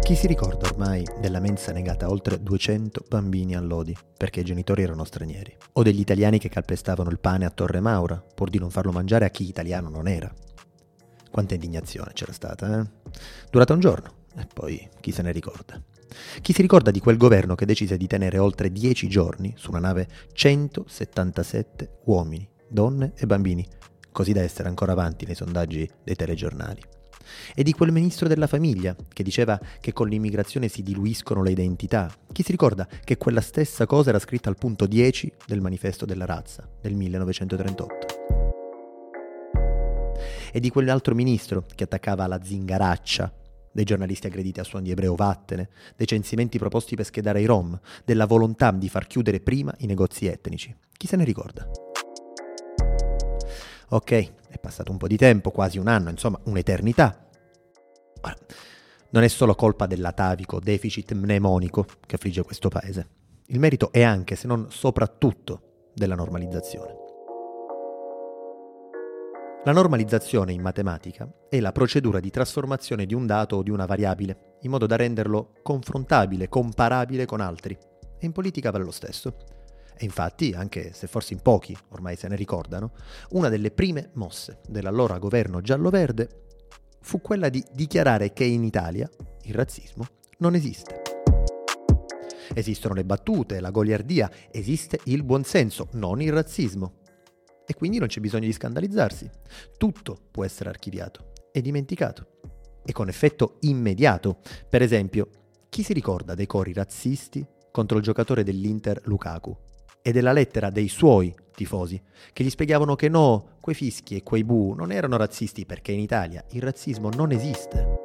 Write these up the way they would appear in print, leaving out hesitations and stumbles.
Chi si ricorda ormai della mensa negata a oltre 200 bambini all'Odi perché i genitori erano stranieri? O degli italiani che calpestavano il pane a Torre Maura pur di non farlo mangiare a chi italiano non era? Quanta indignazione c'era stata, eh? Durata un giorno, e poi chi se ne ricorda? Chi si ricorda di quel governo che decise di tenere oltre 10 giorni su una nave 177 uomini, donne e bambini, così da essere ancora avanti nei sondaggi dei telegiornali? E di quel ministro della famiglia che diceva che con l'immigrazione si diluiscono le identità? Chi si ricorda che quella stessa cosa era scritta al punto 10 del manifesto della razza del 1938? E di quell'altro ministro che attaccava la zingaraccia dei giornalisti aggrediti a suon di ebreo vattene, dei censimenti proposti per schedare i rom, della volontà di far chiudere prima i negozi etnici? Chi se ne ricorda? Ok, è passato un po' di tempo, quasi un anno, insomma un'eternità. Ora, non è solo colpa dell'atavico deficit mnemonico che affligge questo paese. Il merito è anche, se non soprattutto, della normalizzazione. La normalizzazione in matematica è la procedura di trasformazione di un dato o di una variabile, in modo da renderlo confrontabile, comparabile con altri. E in politica vale lo stesso. E infatti, anche se forse in pochi ormai se ne ricordano, una delle prime mosse dell'allora governo giallo-verde fu quella di dichiarare che in Italia il razzismo non esiste. Esistono le battute, la goliardia, esiste il buonsenso, non il razzismo. E quindi non c'è bisogno di scandalizzarsi. Tutto può essere archiviato e dimenticato. E con effetto immediato. Per esempio, chi si ricorda dei cori razzisti contro il giocatore dell'Inter Lukaku? E della lettera dei suoi tifosi, che gli spiegavano che no, quei fischi e quei bu non erano razzisti perché in Italia il razzismo non esiste.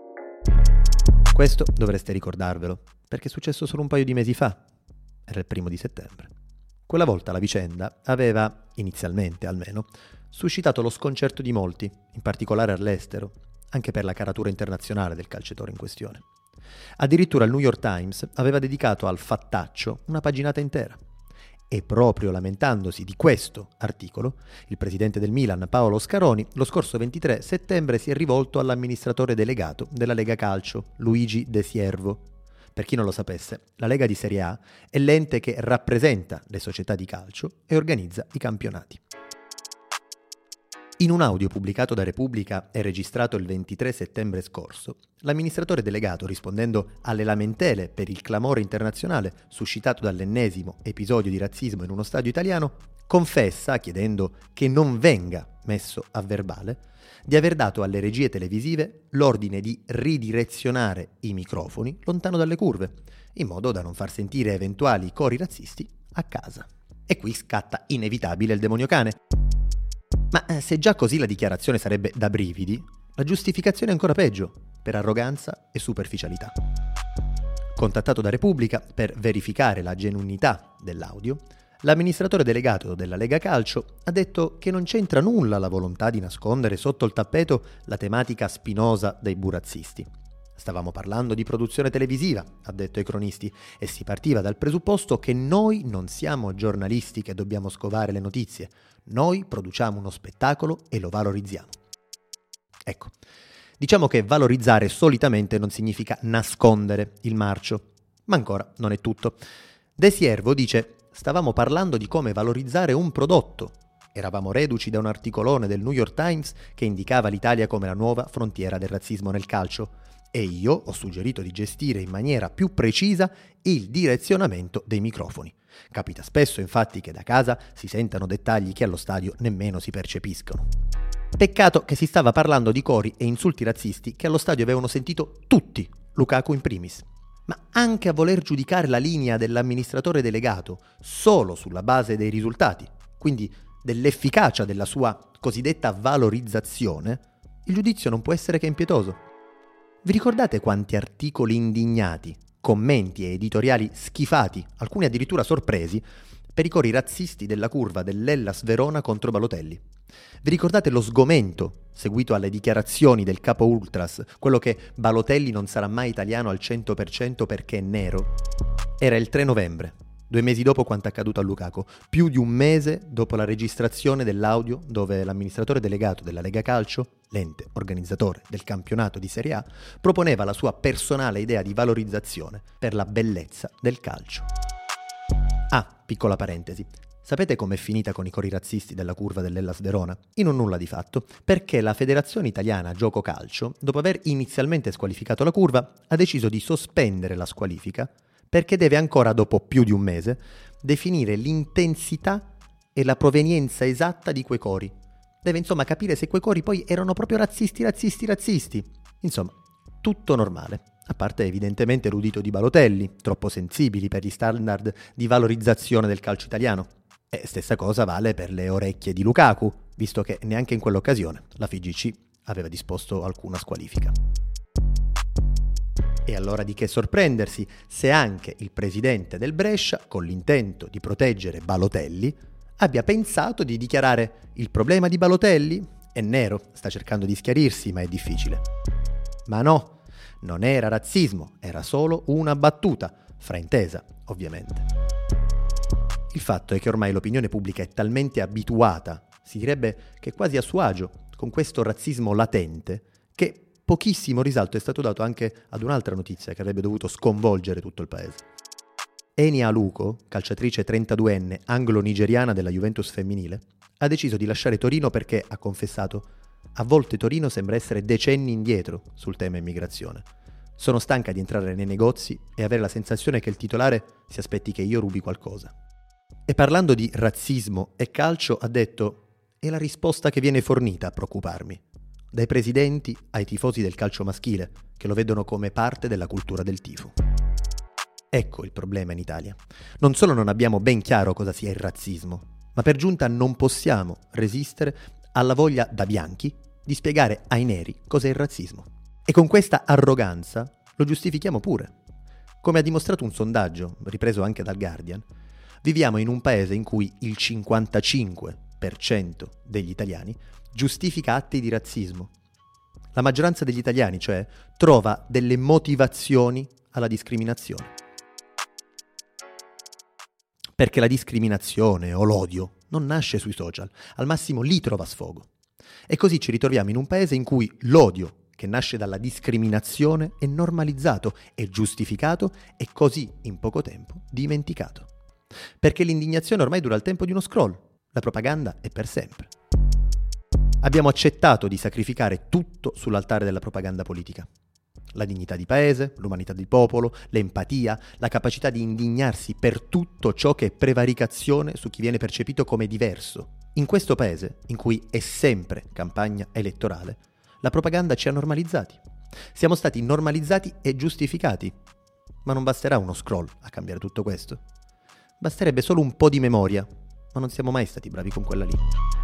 Questo dovreste ricordarvelo, perché è successo solo un paio di mesi fa. Era il 1° settembre. Quella volta la vicenda aveva, inizialmente almeno, suscitato lo sconcerto di molti, in particolare all'estero, anche per la caratura internazionale del calciatore in questione. Addirittura il New York Times aveva dedicato al fattaccio una paginata intera. E proprio lamentandosi di questo articolo, il presidente del Milan, Paolo Scaroni, lo scorso 23 settembre si è rivolto all'amministratore delegato della Lega Calcio, Luigi De Siervo. Per chi non lo sapesse, la Lega di Serie A è l'ente che rappresenta le società di calcio e organizza i campionati. In un audio pubblicato da Repubblica e registrato il 23 settembre scorso, l'amministratore delegato, rispondendo alle lamentele per il clamore internazionale suscitato dall'ennesimo episodio di razzismo in uno stadio italiano, confessa, chiedendo che non venga messo a verbale, di aver dato alle regie televisive l'ordine di ridirezionare i microfoni lontano dalle curve, in modo da non far sentire eventuali cori razzisti a casa. E qui scatta inevitabile il demonio cane. Ma se già così la dichiarazione sarebbe da brividi, la giustificazione è ancora peggio, per arroganza e superficialità. Contattato da Repubblica per verificare la genuinità dell'audio, l'amministratore delegato della Lega Calcio ha detto che non c'entra nulla la volontà di nascondere sotto il tappeto la tematica spinosa dei burazzisti. Stavamo parlando di produzione televisiva, ha detto ai cronisti, e si partiva dal presupposto che noi non siamo giornalisti che dobbiamo scovare le notizie, noi produciamo uno spettacolo e lo valorizziamo. Ecco, diciamo che valorizzare solitamente non significa nascondere il marcio, ma ancora non è tutto. De Siervo dice: stavamo parlando di come valorizzare un prodotto. Eravamo reduci da un articolone del New York Times che indicava l'Italia come la nuova frontiera del razzismo nel calcio. E io ho suggerito di gestire in maniera più precisa il direzionamento dei microfoni. Capita spesso, infatti, che da casa si sentano dettagli che allo stadio nemmeno si percepiscono. Peccato che si stava parlando di cori e insulti razzisti che allo stadio avevano sentito tutti, Lukaku in primis. Ma anche a voler giudicare la linea dell'amministratore delegato solo sulla base dei risultati, quindi dell'efficacia della sua cosiddetta valorizzazione, il giudizio non può essere che impietoso. Vi ricordate quanti articoli indignati, commenti e editoriali schifati, alcuni addirittura sorpresi, per i cori razzisti della curva dell'Hellas Verona contro Balotelli? Vi ricordate lo sgomento seguito alle dichiarazioni del capo Ultras, quello che Balotelli non sarà mai italiano al 100% perché è nero? Era il 3 novembre 2 mesi dopo quanto accaduto a Lukaku, più di un mese dopo la registrazione dell'audio dove l'amministratore delegato della Lega Calcio, l'ente organizzatore del campionato di Serie A, proponeva la sua personale idea di valorizzazione per la bellezza del calcio. Ah, piccola parentesi. Sapete com'è finita con i cori razzisti della curva dell'Hellas Verona? In un nulla di fatto, perché la Federazione Italiana Gioco Calcio, dopo aver inizialmente squalificato la curva, ha deciso di sospendere la squalifica perché deve ancora, dopo più di un mese, definire l'intensità e la provenienza esatta di quei cori. Deve insomma capire se quei cori poi erano proprio razzisti. Insomma, tutto normale. A parte evidentemente l'udito di Balotelli, troppo sensibili per gli standard di valorizzazione del calcio italiano. E stessa cosa vale per le orecchie di Lukaku, visto che neanche in quell'occasione la FIGC aveva disposto alcuna squalifica. E allora di che sorprendersi se anche il presidente del Brescia, con l'intento di proteggere Balotelli, abbia pensato di dichiarare: il problema di Balotelli è nero, sta cercando di schiarirsi, ma è difficile. Ma no, non era razzismo, era solo una battuta, fraintesa, ovviamente. Il fatto è che ormai l'opinione pubblica è talmente abituata, si direbbe che quasi a suo agio, con questo razzismo latente, che pochissimo risalto è stato dato anche ad un'altra notizia che avrebbe dovuto sconvolgere tutto il paese. Eni Aluko, calciatrice 32enne anglo-nigeriana della Juventus femminile, ha deciso di lasciare Torino perché, ha confessato, a volte Torino sembra essere decenni indietro sul tema immigrazione. Sono stanca di entrare nei negozi e avere la sensazione che il titolare si aspetti che io rubi qualcosa. E parlando di razzismo e calcio ha detto: è la risposta che viene fornita a preoccuparmi. Dai presidenti ai tifosi del calcio maschile, che lo vedono come parte della cultura del tifo. Ecco il problema in Italia. Non solo non abbiamo ben chiaro cosa sia il razzismo, ma per giunta non possiamo resistere alla voglia da bianchi di spiegare ai neri cos'è il razzismo. E con questa arroganza lo giustifichiamo pure. Come ha dimostrato un sondaggio, ripreso anche dal Guardian, viviamo in un paese in cui il 55% degli italiani giustifica atti di razzismo. La maggioranza degli italiani, cioè, trova delle motivazioni alla discriminazione. Perché la discriminazione o l'odio non nasce sui social, al massimo lì trova sfogo. E così ci ritroviamo in un paese in cui l'odio, che nasce dalla discriminazione, è normalizzato, è giustificato e così, in poco tempo, dimenticato. Perché l'indignazione ormai dura il tempo di uno scroll, la propaganda è per sempre. Abbiamo accettato di sacrificare tutto sull'altare della propaganda politica. La dignità di paese, l'umanità del popolo, l'empatia, la capacità di indignarsi per tutto ciò che è prevaricazione su chi viene percepito come diverso. In questo paese, in cui è sempre campagna elettorale, la propaganda ci ha normalizzati. Siamo stati normalizzati e giustificati. Ma non basterà uno scroll a cambiare tutto questo. Basterebbe solo un po' di memoria, ma non siamo mai stati bravi con quella lì.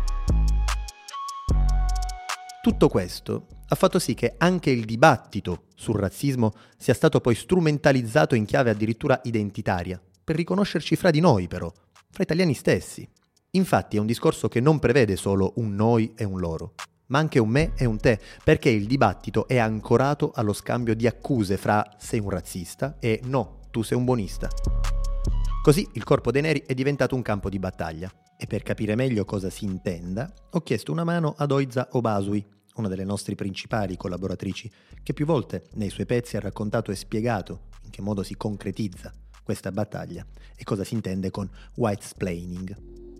Tutto questo ha fatto sì che anche il dibattito sul razzismo sia stato poi strumentalizzato in chiave addirittura identitaria, per riconoscerci fra di noi però, fra italiani stessi. Infatti è un discorso che non prevede solo un noi e un loro, ma anche un me e un te, perché il dibattito è ancorato allo scambio di accuse fra sei un razzista e no, tu sei un buonista. Così il corpo dei neri è diventato un campo di battaglia. E per capire meglio cosa si intenda, ho chiesto una mano ad Oiza Obasui, una delle nostre principali collaboratrici, che più volte nei suoi pezzi ha raccontato e spiegato in che modo si concretizza questa battaglia e cosa si intende con whitesplaining.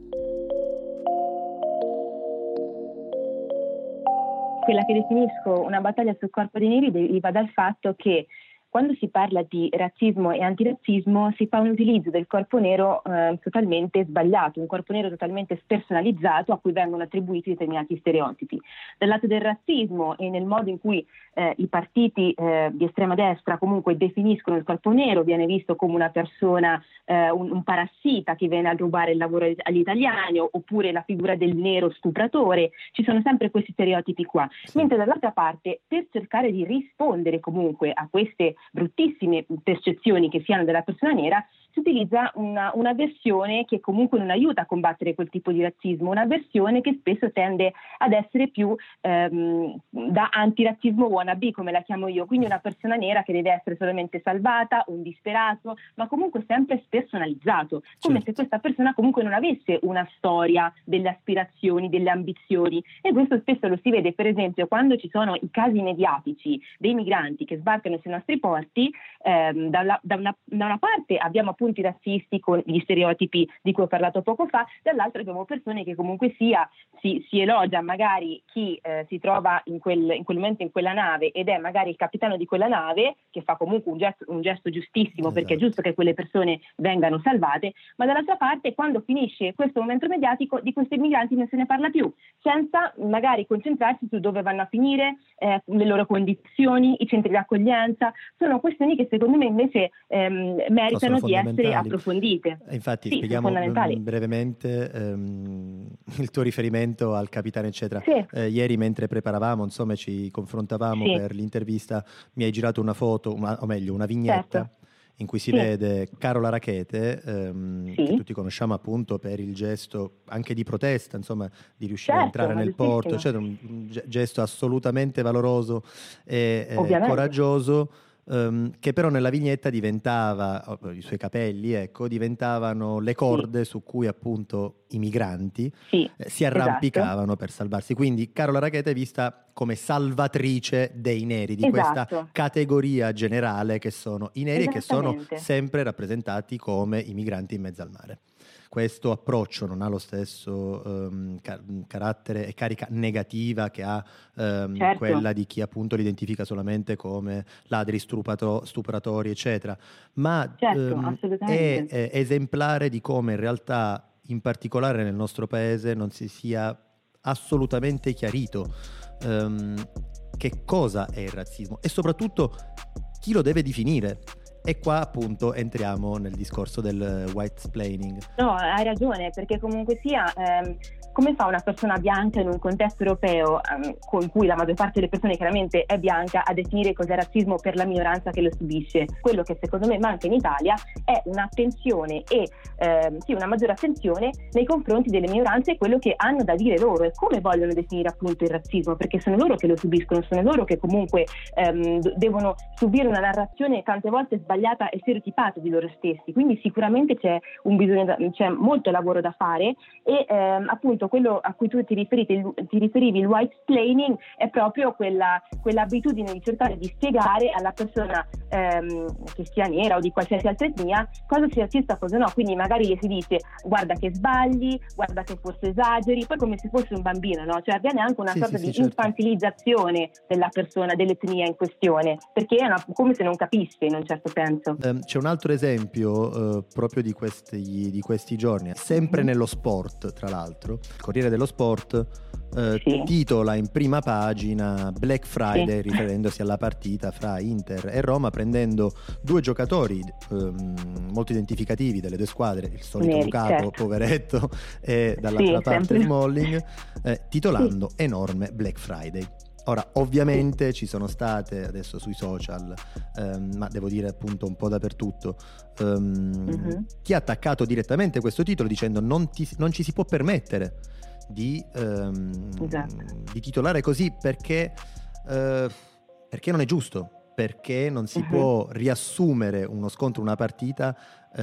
Quella che definisco una battaglia sul corpo dei neri deriva dal fatto che quando si parla di razzismo e antirazzismo si fa un utilizzo del corpo nero totalmente sbagliato, un corpo nero totalmente spersonalizzato a cui vengono attribuiti determinati stereotipi. Dal lato del razzismo e nel modo in cui i partiti di estrema destra comunque definiscono il corpo nero, viene visto come una persona, un parassita che viene a rubare il lavoro agli italiani, oppure la figura del nero stupratore. Ci sono sempre questi stereotipi qua. Sì. Mentre dall'altra parte, per cercare di rispondere comunque a queste bruttissime percezioni che si hanno della persona nera, si utilizza una versione che comunque non aiuta a combattere quel tipo di razzismo, una versione che spesso tende ad essere più da antirazzismo wannabe, come la chiamo io, quindi una persona nera che deve essere solamente salvata, un disperato, ma comunque sempre spersonalizzato, come se questa persona comunque non avesse una storia, delle aspirazioni, delle ambizioni. E questo spesso lo si vede per esempio quando ci sono i casi mediatici dei migranti che sbarcano sui nostri porti. Da una parte abbiamo appunto i razzisti con gli stereotipi di cui ho parlato poco fa, dall'altra abbiamo persone che comunque si elogia magari chi si trova in quel momento in quella nave ed è magari il capitano di quella nave, che fa comunque un gesto giustissimo, esatto, perché è giusto che quelle persone vengano salvate, ma dall'altra parte quando finisce questo momento mediatico di questi migranti non se ne parla più, senza magari concentrarsi su dove vanno a finire, le loro condizioni, i centri di accoglienza. Sono questioni che secondo me invece meritano di essere approfondite. Infatti spieghiamo brevemente il tuo riferimento al capitano eccetera. Sì. Ieri mentre preparavamo, insomma, ci confrontavamo per l'intervista, mi hai girato una foto, o meglio una vignetta, certo, in cui si vede Carola Rackete, che tutti conosciamo appunto per il gesto anche di protesta, insomma, di riuscire a entrare nel porto, cioè un gesto assolutamente valoroso e coraggioso, che però nella vignetta diventava, i suoi capelli, ecco, diventavano le corde su cui appunto i migranti si arrampicavano per salvarsi. Quindi Carola Rackete è vista come salvatrice dei neri, di questa categoria generale che sono i neri e che sono sempre rappresentati come i migranti in mezzo al mare. Questo approccio non ha lo stesso carattere e carica negativa che ha quella di chi appunto li identifica solamente come ladri, stupratori, eccetera, ma è esemplare di come in realtà, in particolare nel nostro paese, non si sia assolutamente chiarito che cosa è il razzismo e soprattutto chi lo deve definire. E qua appunto entriamo nel discorso del whitesplaining. No, hai ragione, perché comunque sia come fa una persona bianca in un contesto europeo con cui la maggior parte delle persone chiaramente è bianca a definire cos'è razzismo per la minoranza che lo subisce? Quello che secondo me manca in Italia è un'attenzione e una maggiore attenzione nei confronti delle minoranze e quello che hanno da dire loro e come vogliono definire appunto il razzismo, perché sono loro che lo subiscono, sono loro che comunque devono subire una narrazione tante volte sbagliata e stereotipata di loro stessi, quindi sicuramente c'è molto lavoro da fare e appunto quello a cui tu ti riferivi, il whitesplaining, è proprio quell'abitudine di cercare di spiegare alla persona che sia nera o di qualsiasi altra etnia cosa sia razzista, cosa no, quindi magari gli si dice guarda che sbagli, guarda che forse esageri, poi come se fosse un bambino, no? Cioè avviene anche una sorta di infantilizzazione della persona, dell'etnia in questione, perché è come se non capisse in un certo senso. C'è un altro esempio proprio di questi giorni, sempre nello sport, tra l'altro. Il Corriere dello Sport titola in prima pagina Black Friday, riferendosi alla partita fra Inter e Roma, prendendo due giocatori molto identificativi delle due squadre, il solito Lukaku, poveretto, e dall'altra parte Smalling, titolando enorme Black Friday. Ora, ovviamente ci sono state adesso sui social, ma devo dire appunto un po' dappertutto, chi ha attaccato direttamente questo titolo dicendo non ci si può permettere di titolare così perché non è giusto, perché non si può riassumere uno scontro, una partita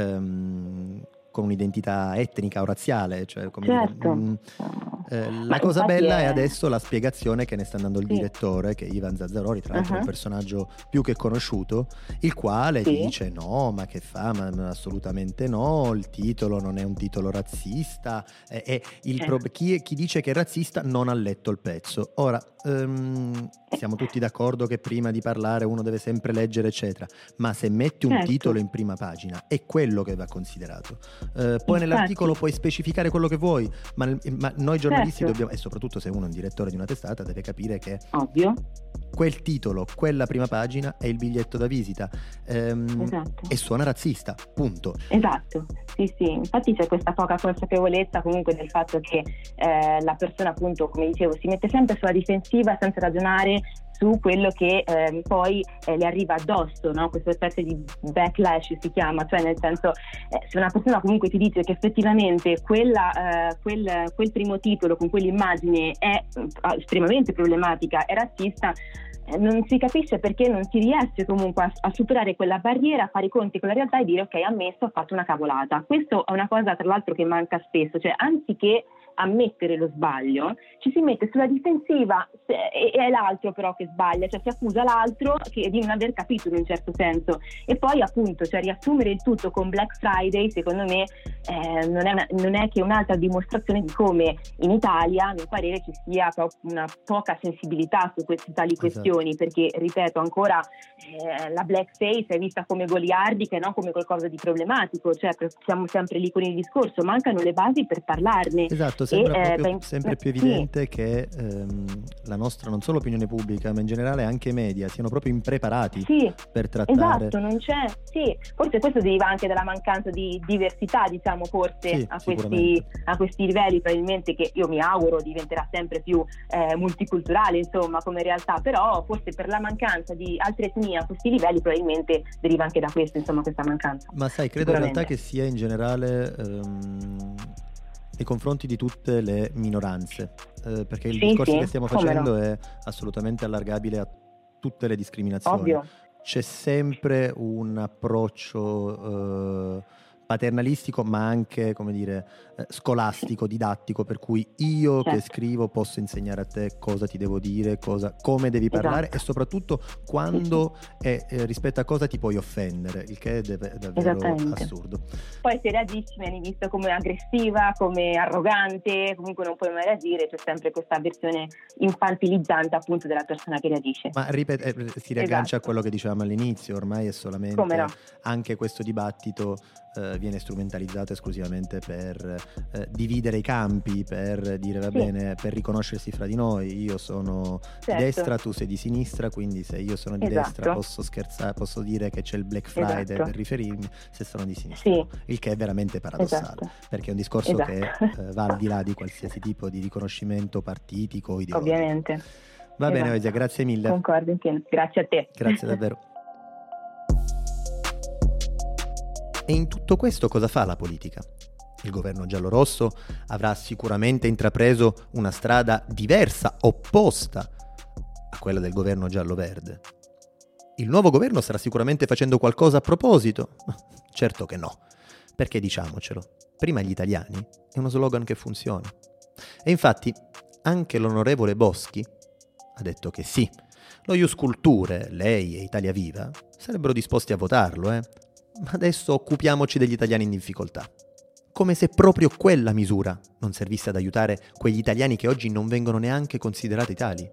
con un'identità etnica o razziale, cioè come la cosa bella è adesso la spiegazione che ne sta dando il direttore, che è Ivan Zazzarori, tra l'altro un personaggio più che conosciuto, il quale dice no, ma che fa, ma assolutamente no, il titolo non è un titolo razzista, chi dice che è razzista non ha letto il pezzo. Ora siamo tutti d'accordo che prima di parlare uno deve sempre leggere eccetera, ma se metti un titolo in prima pagina è quello che va considerato. Poi nell'articolo puoi specificare quello che vuoi, ma noi giornalisti dobbiamo, e soprattutto se uno è un direttore di una testata, deve capire che quel titolo, quella prima pagina è il biglietto da visita e suona razzista, punto. Esatto, sì, infatti c'è questa poca consapevolezza comunque del fatto che la persona appunto, come dicevo, si mette sempre sulla difensiva senza ragionare su quello che poi le arriva addosso, no? Questa specie di backlash si chiama, cioè nel senso se una persona comunque ti dice che effettivamente quel primo titolo con quell'immagine è estremamente problematica, è razzista, non si capisce perché non si riesce comunque a superare quella barriera, a fare i conti con la realtà e dire ok, ammesso, ho fatto una cavolata. Questo è una cosa tra l'altro che manca spesso, cioè anziché ammettere lo sbaglio ci si mette sulla difensiva e è l'altro però che sbaglia, cioè si accusa l'altro di non aver capito in un certo senso, e poi appunto cioè riassumere il tutto con Black Friday secondo me non è che un'altra dimostrazione di come in Italia a mio parere ci sia una poca sensibilità su queste tali questioni, perché ripeto ancora la blackface è vista come goliardica e non come qualcosa di problematico, cioè siamo sempre lì con il discorso, mancano le basi per parlarne. Esatto, sembra proprio sempre più evidente che la nostra, non solo opinione pubblica, ma in generale anche i media, siano proprio impreparati per trattare. Esatto, non c'è. Sì, forse questo deriva anche dalla mancanza di diversità, diciamo, forse a questi livelli, probabilmente, che io mi auguro diventerà sempre più multiculturale, insomma, come realtà, però forse per la mancanza di altre etnie a questi livelli probabilmente deriva anche da questo, insomma, questa mancanza. Ma sai, credo in realtà che sia in generale nei confronti di tutte le minoranze, perché il discorso che stiamo facendo è assolutamente allargabile a tutte le discriminazioni. Ovvio. C'è sempre un approccio paternalistico, ma anche, come dire, scolastico, didattico, per cui io che scrivo posso insegnare a te cosa ti devo dire, come devi parlare, e soprattutto quando rispetto a cosa ti puoi offendere, il che è davvero assurdo. Poi se reagisci vieni visto come aggressiva, come arrogante, comunque non puoi mai reagire, c'è sempre questa versione infantilizzante appunto della persona che reagisce. Ma si riaggancia a quello che dicevamo all'inizio, ormai è solamente anche questo dibattito viene strumentalizzato esclusivamente per dividere i campi, per dire va bene, per riconoscersi fra di noi, io sono di destra, tu sei di sinistra, quindi se io sono di destra posso scherzare, posso dire che c'è il Black Friday per riferirmi, se sono di sinistra il che è veramente paradossale, perché è un discorso che va al di là di qualsiasi tipo di riconoscimento partitico o ideologico. Ovviamente. Va bene Oisia, grazie mille. Concordo in pieno, grazie a te. Grazie davvero. E in tutto questo cosa fa la politica? Il governo giallorosso avrà sicuramente intrapreso una strada diversa, opposta a quella del governo giallo-verde. Il nuovo governo starà sicuramente facendo qualcosa a proposito? Certo che no, perché diciamocelo, prima gli italiani è uno slogan che funziona. E infatti anche l'onorevole Boschi ha detto che sì, lo Ius Culture, lei e Italia Viva sarebbero disposti a votarlo, ma adesso occupiamoci degli italiani in difficoltà. Come se proprio quella misura non servisse ad aiutare quegli italiani che oggi non vengono neanche considerati tali.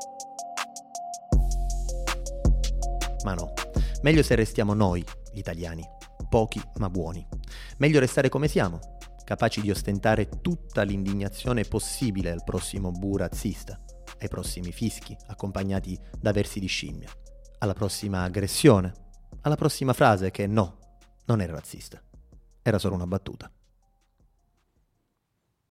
Ma no, meglio se restiamo noi, gli italiani, pochi ma buoni. Meglio restare come siamo, capaci di ostentare tutta l'indignazione possibile al prossimo bu razzista, ai prossimi fischi accompagnati da versi di scimmia, alla prossima aggressione, alla prossima frase che no, non era razzista, era solo una battuta.